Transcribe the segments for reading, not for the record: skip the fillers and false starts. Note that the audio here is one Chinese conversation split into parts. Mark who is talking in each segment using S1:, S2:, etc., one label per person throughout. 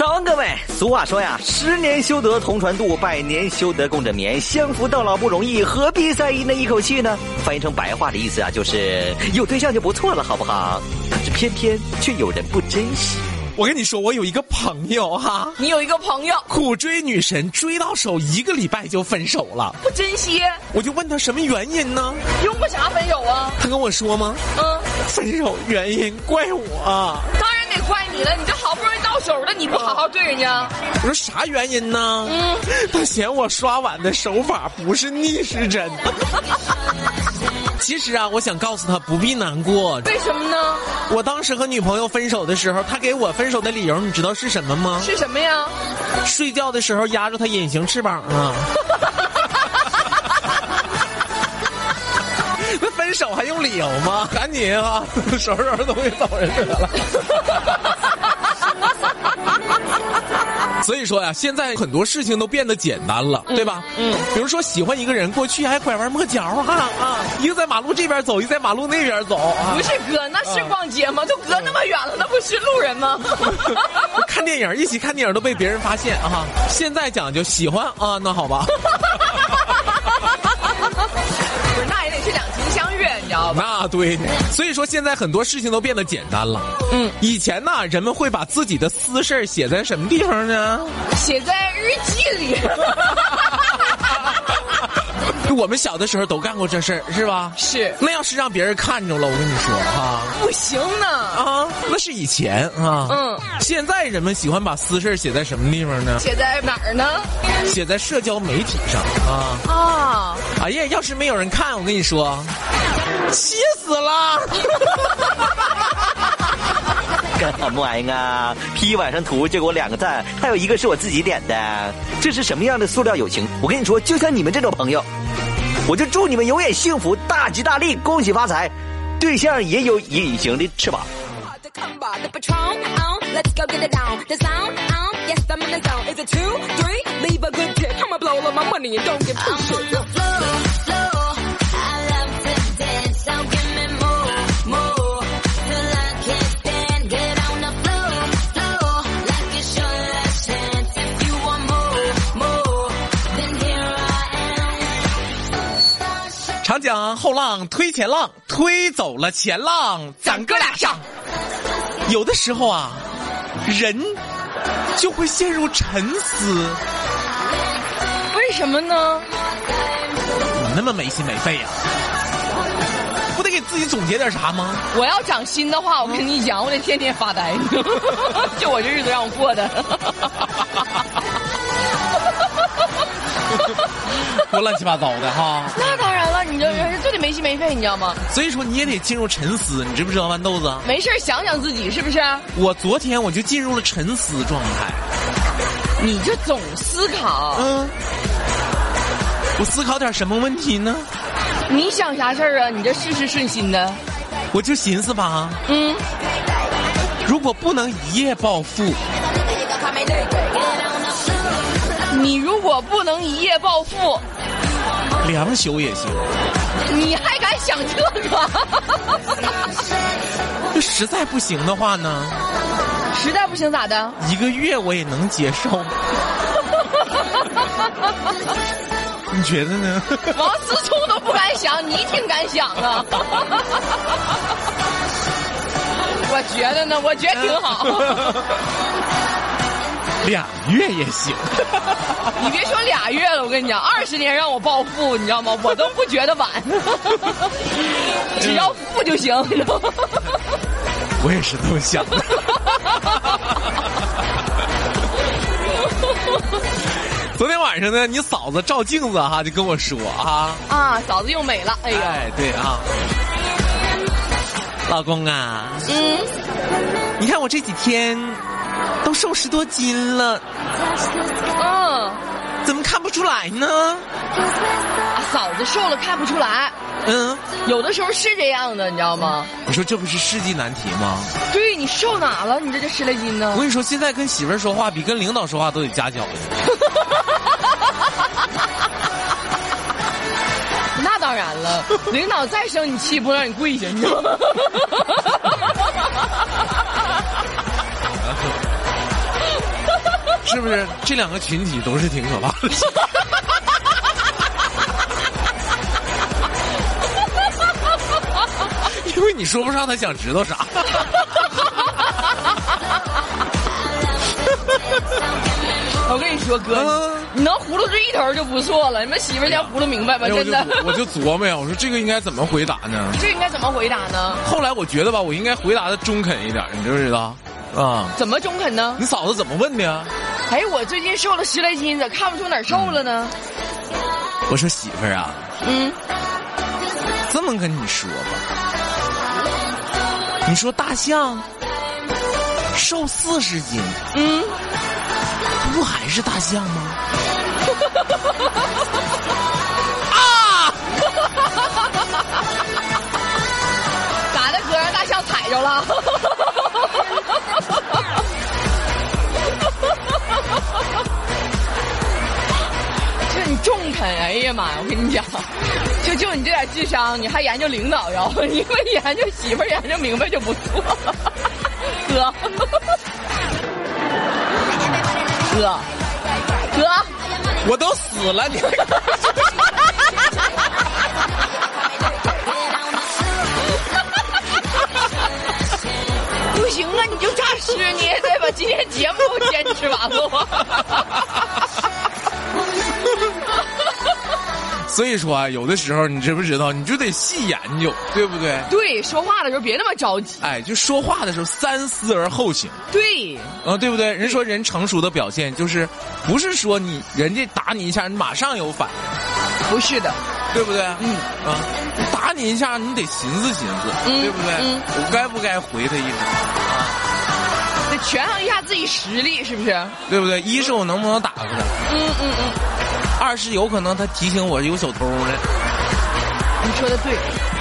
S1: 早安各位，俗话说呀，10年修得同船渡，100年修得共枕眠，相扶到老不容易，何必在意那一口气呢？翻译成白话的意思啊，就是有对象就不错了，好不好？可是偏偏却有人不珍惜。
S2: 我跟你说，我有一个朋友哈，
S3: 你有一个朋友
S2: 苦追女神，追到手1个礼拜就分手了，
S3: 不珍惜。
S2: 我就问他什么原因呢？
S3: 用过啥分手啊？
S2: 他跟我说吗？分手原因怪我。
S3: 当然得怪你了，你这好不容易到手了，你不好好对人家。
S2: 我说啥原因呢？他嫌我刷碗的手法不是逆时针。其实啊，我想告诉他不必难过。
S3: 为什么呢？
S2: 我当时和女朋友分手的时候，他给我分手的理由你知道是什么吗？
S3: 是什么呀？
S2: 睡觉的时候压着他隐形翅膀啊。那分手还用理由吗？赶紧啊，收拾东西走人得了。所以说呀，现在很多事情都变得简单了，对吧？比如说喜欢一个人，过去还拐弯抹角啊，一个在马路这边走，一个在马路那边走啊。
S3: 不是哥，那是逛街吗？都隔那么远了，那不是路人吗？
S2: 看电影，一起看电影都被别人发现啊。现在讲究喜欢啊，那好吧。
S3: 不是，那也得是两情相悦，你知道吧？
S2: 那对的。所以说现在很多事情都变得简单了。以前呢，人们会把自己的私事写在什么地方呢？
S3: 写在日记里。
S2: 我们小的时候都干过这事儿，是吧？
S3: 是。
S2: 那要是让别人看着了，我跟你说哈，
S3: 不行呢
S2: 啊，那是以前啊。现在人们喜欢把私事写在什么地方呢？
S3: 写在哪儿呢？
S2: 写在社交媒体上啊。
S3: 啊！
S2: 哎呀，要是没有人看，我跟你说，气死了。
S1: 干什么玩意啊？P 晚上图就给我2个赞，还有1个是我自己点的，这是什么样的塑料友情？我跟你说，就像你们这种朋友，我就祝你们永远幸福，大吉大利，恭喜发财，对象也有隐形的翅膀。
S2: 常讲后浪推前浪，推走了前浪，咱哥俩上。有的时候啊，人就会陷入沉思。
S3: 为什么呢？
S2: 你那么没心没肺呀，不得给自己总结点啥吗？
S3: 我要长心的话，我跟你讲，我得天天发呆。就我这日子让我过的。
S2: 多乱七八糟的哈！
S3: 那当然了，你这人就得没心没肺，你知道吗？
S2: 所以说你也得进入沉思，你知不知道豌豆子？
S3: 没事想想自己是不是？
S2: 我昨天我就进入了沉思状态。
S3: 你就总思考。
S2: 我思考点什么问题呢？
S3: 你想啥事儿啊？你这事事顺心的。
S2: 我就寻思吧。如果不能一夜暴富。
S3: 你如果不能一夜暴富
S2: ，2宿也行。
S3: 你还敢想这个？
S2: 就实在不行的话呢？
S3: 实在不行咋的
S2: ？1个月我也能接受。你觉得呢？
S3: 王思聪都不敢想，你挺敢想啊。我觉得呢，我觉得挺好。
S2: 2月也行。
S3: 你别说2月了，我跟你讲，20年让我暴富，你知道吗？我都不觉得晚。只要富就行。
S2: 我也是这么想的。昨天晚上呢，你嫂子照镜子哈，就跟我说
S3: 嫂子又美了。哎呦，
S2: 对啊，老公啊，你看我这几天都瘦10多斤了，怎么看不出来呢？
S3: 嫂子瘦了看不出来。有的时候是这样的，你知道吗？
S2: 你说这不是世纪难题吗？
S3: 对，你瘦哪了？你这10来斤呢？
S2: 我跟你说，现在跟媳妇儿说话比跟领导说话都得夹脚的。
S3: 那当然了，领导再生你气，不让你跪下，你知道吗？
S2: 是不是？这两个群体都是挺可怕的。因为你说不上他想知道啥。
S3: 我跟你说，哥，你能葫芦这一头就不错了。你们媳妇儿先葫芦明白吧，真的。
S2: 我就琢磨呀，我说这个应该怎么回答呢？
S3: 这应该怎么回答呢？
S2: 后来我觉得吧，我应该回答的中肯一点，你知不知道？啊，
S3: 怎么中肯呢？
S2: 你嫂子怎么问的呀？
S3: 哎，我最近瘦了10来斤，咋看不出哪儿瘦了呢？
S2: 我说媳妇儿啊，这么跟你说吧，你说大象瘦40斤，不还是大象吗？啊！
S3: 咋的，哥，让大象踩着了？这你中肯，哎呀妈呀！我跟你讲，就你这点智商，你还研究领导呀？你们研究媳妇儿研究明白就不错了，哥。哥，
S2: 我都死了，你。
S3: 不行啊，你就诈尸，你也得把今天节目都坚持完了。
S2: 所以说啊，有的时候你知不知道，你就得细研究，对不对？
S3: 对，说话的时候别那么着急。
S2: 哎，就说话的时候三思而后行。
S3: 对，
S2: 对不对？人说人成熟的表现就是，不是说人家打你一下，你马上有反应，
S3: 不是的，
S2: 对不对？打你一下，你得寻思寻思，对不对？我该不该回他一声？
S3: 得权衡一下自己实力，是不是？
S2: 对不对？一是我能不能打回他？二是有可能他提醒我有小偷呢。
S3: 你说的对，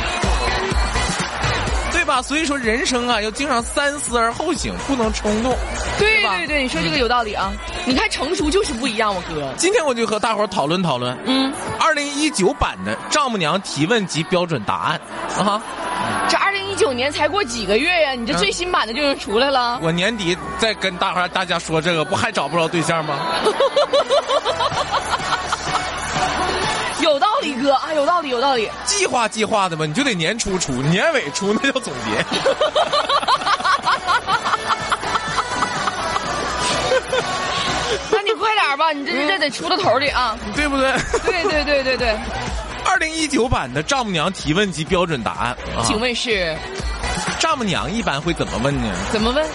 S2: 对吧？所以说人生啊，要经常三思而后行，不能冲动。
S3: 对对对，你说这个有道理啊！你看成熟就是不一样，我哥。
S2: 今天我就和大伙儿讨论讨论，2019版的丈母娘提问及标准答案啊。
S3: 这2019年才过几个月呀，你这最新版的就能出来了。
S2: 我年底再跟大家说这个，不还找不着对象吗？
S3: 有道理，哥啊，有道理，有道理。
S2: 计划的吧，你就得年初出，年尾出，那叫总结。
S3: 那你快点吧，你这得出到头里啊，
S2: 对不对？
S3: 对。
S2: 2019版的丈母娘提问及标准答案，
S3: 请问是？
S2: 丈母娘一般会怎么问呢？
S3: 怎么问？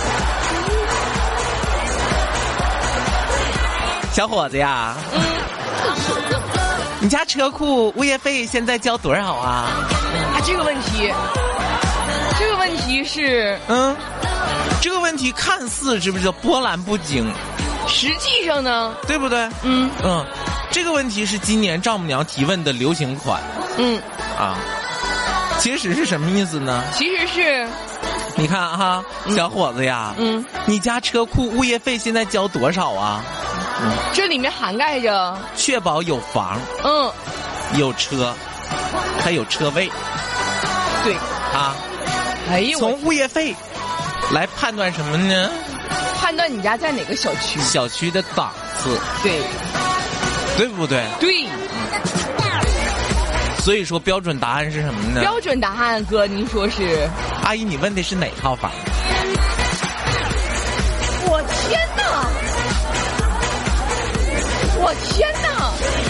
S2: 小伙子呀，你家车库物业费现在交多少啊？
S3: 这个问题是，
S2: 这个问题看似知不知道波澜不惊，
S3: 实际上呢，
S2: 对不对？这个问题是今年丈母娘提问的流行款。其实是什么意思呢？
S3: 其实是，
S2: 你看哈，小伙子呀，你家车库物业费现在交多少啊？
S3: 这里面涵盖着
S2: 确保有房，有车，还有车位。
S3: 对
S2: 啊，
S3: 哎呦，
S2: 从物业费来判断什么呢？
S3: 判断你家在哪个小区，
S2: 小区的档次，对不对？
S3: 对。
S2: 所以说标准答案是什么呢？
S3: 标准答案，哥，您说是？
S2: 阿姨，你问的是哪套房？
S3: 我天哪！我天哪！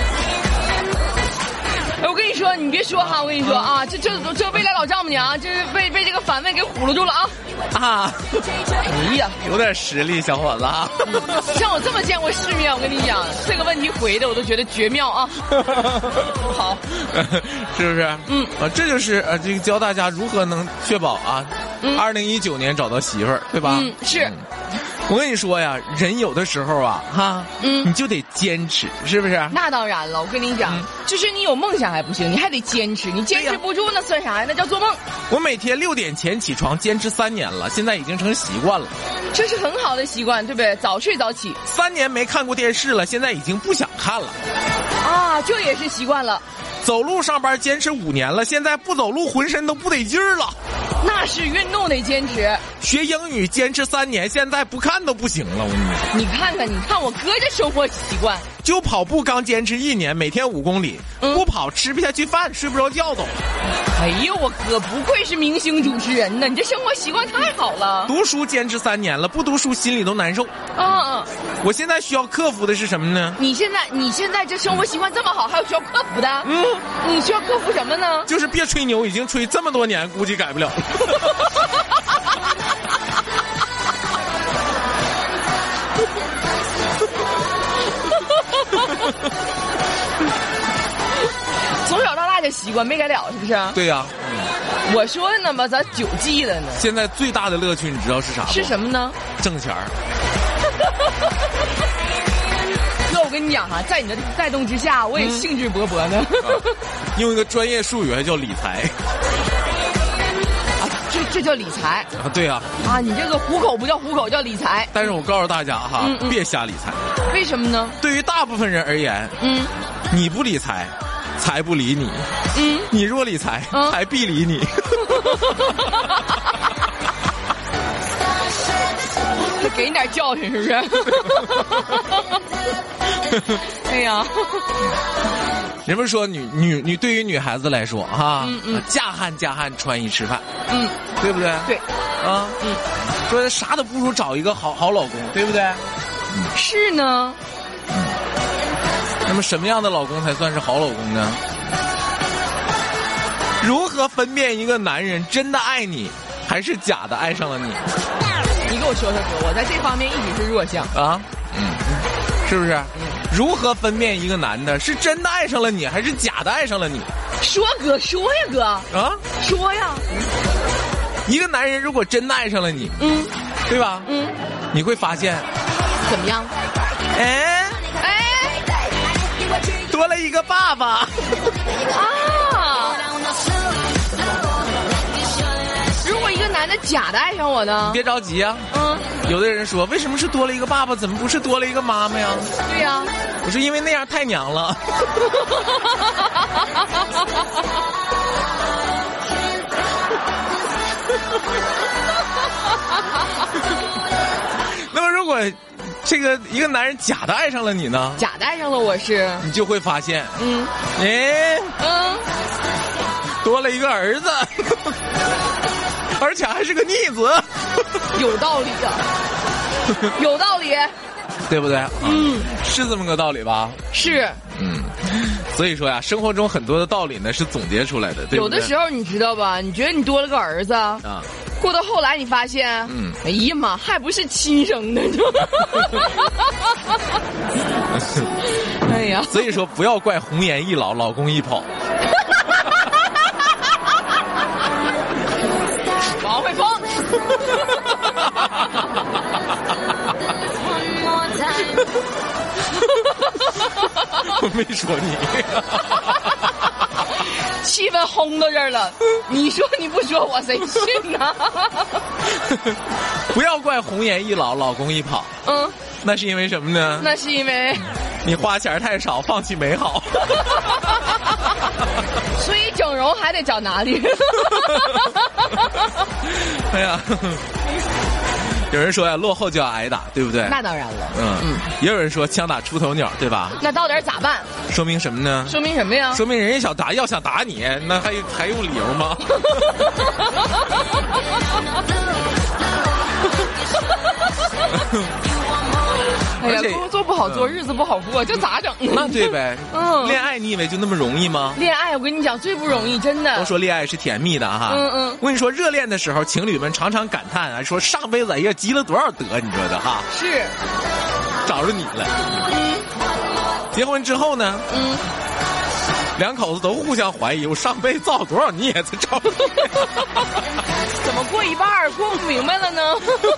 S3: 我跟你说，你别说哈，我跟你说啊，这未来老丈母娘，这是被这个反问给唬住了啊！哎呀，
S2: 有点实力，小伙子啊！
S3: 像我这么见过世面，我跟你讲，这个问题回的我都觉得绝妙啊！好，
S2: 是不是？这就是这个教大家如何能确保2019年找到媳妇儿，对吧？
S3: 是。
S2: 我跟你说呀，人有的时候啊，你就得坚持，是不是？
S3: 那当然了，我跟你讲，就是你有梦想还不行，你还得坚持，你坚持不住那算啥呀？那叫做梦。
S2: 我每天6点前起床，坚持3年了，现在已经成习惯了。
S3: 这是很好的习惯，对不对？早睡早起。
S2: 3年没看过电视了，现在已经不想看了。
S3: 这也是习惯了。
S2: 走路上班坚持5年了，现在不走路浑身都不得劲儿了。
S3: 那是运动得坚持。
S2: 学英语坚持3年，现在不看都不行了。我跟你说，
S3: 你看看我哥这生活习惯，
S2: 就跑步刚坚持1年，每天5公里，不跑吃不下去饭，睡不着觉都。
S3: 哎呦，我哥不愧是明星主持人呢，你这生活习惯太好了。
S2: 读书坚持3年了，不读书心里都难受。我现在需要克服的是什么呢？
S3: 你现在这生活习惯这么好，还有需要克服的？你需要克服什么呢？
S2: 就是别吹牛，已经吹这么多年，估计改不了。
S3: 从小到大的习惯没改了，是不是？
S2: 对呀。
S3: 我说的呢吧，咋9季了呢？
S2: 现在最大的乐趣你知道是啥吗？
S3: 是什么呢？
S2: 挣钱儿。
S3: 哥，我跟你讲哈，在你的带动之下，我也兴致勃勃呢。
S2: 用一个专业术语还叫理财。
S3: 这叫理财
S2: 啊？对呀。
S3: 你这个糊口不叫糊口，叫理财。
S2: 但是我告诉大家哈，别瞎理财。
S3: 为什么呢？
S2: 对于大部分人而言，你不理财，财不理你。你若理财，财必理你。
S3: 给你点教训是不是？哎呀，
S2: 人们说女对于女孩子来说哈，嫁汉穿衣吃饭，对不对？
S3: 对，
S2: 说啥都不如找一个好老公，对不对？
S3: 是呢。
S2: 那么什么样的老公才算是好老公呢？如何分辨一个男人真的爱你，还是假的爱上了你？
S3: 你给我说说哥，我在这方面一直是弱项
S2: 啊。是不是？如何分辨一个男的是真的爱上了你，还是假的爱上了你？
S3: 说哥，说呀哥啊，说呀。
S2: 一个男人如果真的爱上了你，对吧？你会发现
S3: 怎么样？
S2: 多了一个爸爸啊！
S3: 如果一个男的假的爱上我呢？
S2: 别着急啊。有的人说，为什么是多了一个爸爸，怎么不是多了一个妈妈呀？
S3: 对呀。
S2: 我说因为那样太娘了。那么如果这个一个男人假的爱上了你呢？
S3: 假的爱上了我是，
S2: 你就会发现，多了一个儿子，而且还是个逆子。
S3: 有道理啊，有道理，
S2: 对不对？是这么个道理吧？
S3: 是。
S2: 所以说呀，生活中很多的道理呢是总结出来的，对不对？
S3: 有的时候你知道吧？你觉得你多了个儿子啊，过到后来你发现，哎呀妈，还不是亲生的。哎呀，
S2: 所以说不要怪红颜一老，老公一跑。
S3: 王慧峰。
S2: 我没说你。
S3: 气氛轰到这儿了，你说你不说我谁信呢？
S2: 不要怪红颜一老，老公一跑。那是因为什么呢？
S3: 那是因为
S2: 你花钱太少，放弃美好。
S3: 所以整容还得找哪里？
S2: 哎呀，有人说呀，落后就要挨打，对不对？
S3: 那当然了。
S2: 也有人说枪打出头鸟，对吧？
S3: 那到底咋办？
S2: 说明什么呢？
S3: 说明什么呀？
S2: 说明人家要想打你，那还用理由吗？
S3: 哎呀，工作不好做，日子不好过，这咋整？
S2: 那对呗。恋爱你以为就那么容易吗？
S3: 恋爱我跟你讲最不容易，真的。
S2: 都说恋爱是甜蜜的哈。我跟你说，热恋的时候，情侣们常常感叹啊，说上辈子哎呀积了多少德，你说的哈。
S3: 是。
S2: 找着你了。结婚之后呢？两口子都互相怀疑，我上辈子造多少孽才找着你？
S3: 怎么过一半过不明白了呢？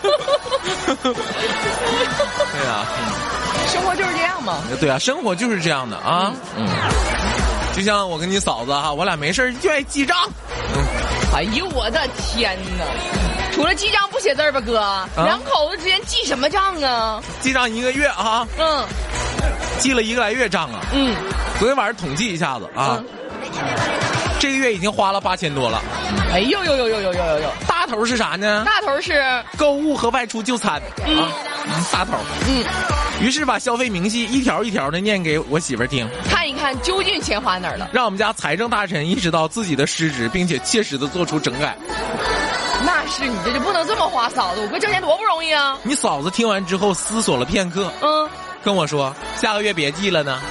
S2: 对呀，
S3: 生活就是这样嘛。
S2: 对啊，生活就是这样的啊。就像我跟你嫂子哈，我俩没事就爱记账。
S3: 哎呦我的天哪！除了记账不写字吧哥？两口子之间记什么账啊？
S2: 记账1个月啊。记了1个来月账啊。昨天晚上统计一下子啊。 这个月已经花了8000多了。
S3: 哎呦，
S2: 大头是啥呢？
S3: 大头是
S2: 购物和外出就餐啊，大头。于是把消费明细一条一条的念给我媳妇儿听，
S3: 看一看究竟钱花哪儿了，
S2: 让我们家财政大臣意识到自己的失职，并且切实的做出整改。
S3: 那是你这就不能这么花，嫂子，我哥挣钱多不容易啊！
S2: 你嫂子听完之后思索了片刻，跟我说下个月别寄了呢。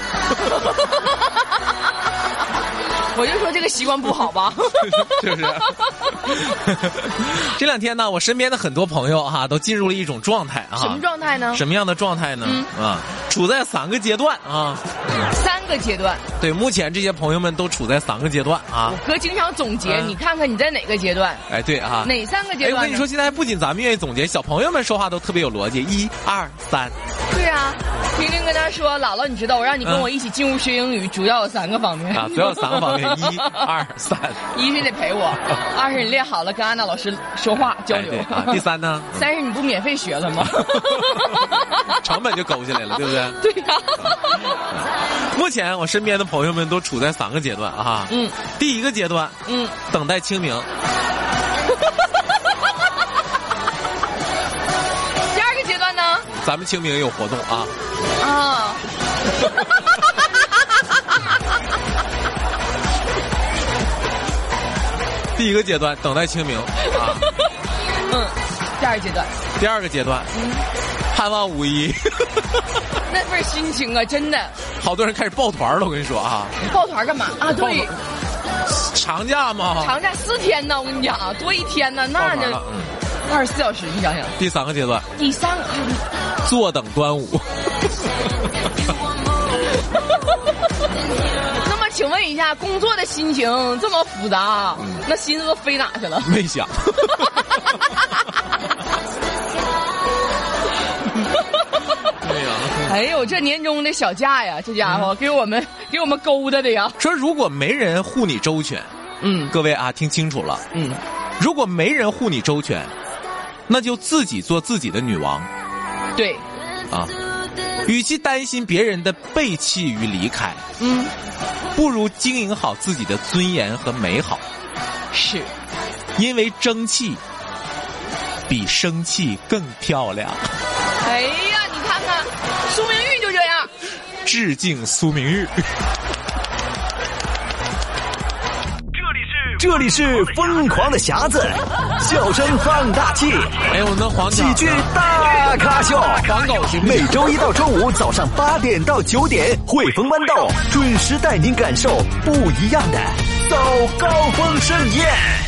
S3: 我就说这个习惯不好吧，
S2: 是不是？这2天呢，我身边的很多朋友都进入了一种状态啊。
S3: 什么状态呢？
S2: 什么样的状态呢？处在3个阶段啊。
S3: 3个阶段。
S2: 对，目前这些朋友们都处在3个阶段啊。
S3: 我哥经常总结，你看看你在哪个阶段？
S2: 哎，对啊。
S3: 哪3个阶段？
S2: 我跟你说，现在不仅咱们愿意总结，小朋友们说话都特别有逻辑。1、2、3。
S3: 对啊，婷婷跟他说，姥姥，你知道我让你跟我一起进入学英语，主要有3个方面
S2: 啊，主要有3个方面，1、2、3。
S3: 1是你得陪我，2是你练好了跟安娜老师说话交流，
S2: 第3呢
S3: ？3是你不免费学了吗？
S2: 成本就勾下来了，对不对？
S3: 对呀。
S2: 目前我身边的朋友们都处在3个阶段啊。第1个阶段，等待清明。
S3: 第2个阶段呢？
S2: 咱们清明有活动啊。第1个阶段等待清明啊。
S3: 第2阶段。
S2: 第2个阶段，盼望5一。
S3: 那份心情啊，真的。
S2: 好多人开始抱团了，我跟你说啊。
S3: 抱团干嘛啊？对，
S2: 长假嘛。
S3: 长假4天呢，我跟你讲，多1天呢，那就24小时，你想想。
S2: 第3个阶段。
S3: 第3个。
S2: 坐等端午。
S3: 那么请问一下，工作的心情这么复杂，那心思都飞哪去了？
S2: 没想。
S3: 哎呦，这年终的小假呀，这家伙给我们勾搭的呀。
S2: 说如果没人护你周全，各位啊，听清楚了，如果没人护你周全，那就自己做自己的女王。
S3: 对，
S2: 啊，与其担心别人的背弃与离开，不如经营好自己的尊严和美好。
S3: 是，
S2: 因为争气比生气更漂亮。
S3: 哎呀，你看看，苏明玉就这样。
S2: 致敬苏明玉。
S1: 这里是疯狂的匣子，笑声放大器。
S2: 哎呦，那黄
S1: 喜剧大咖秀，
S2: 黄狗
S1: 每周1到周5早上8点到9点，汇丰豌豆准时带您感受不一样的早高峰盛宴。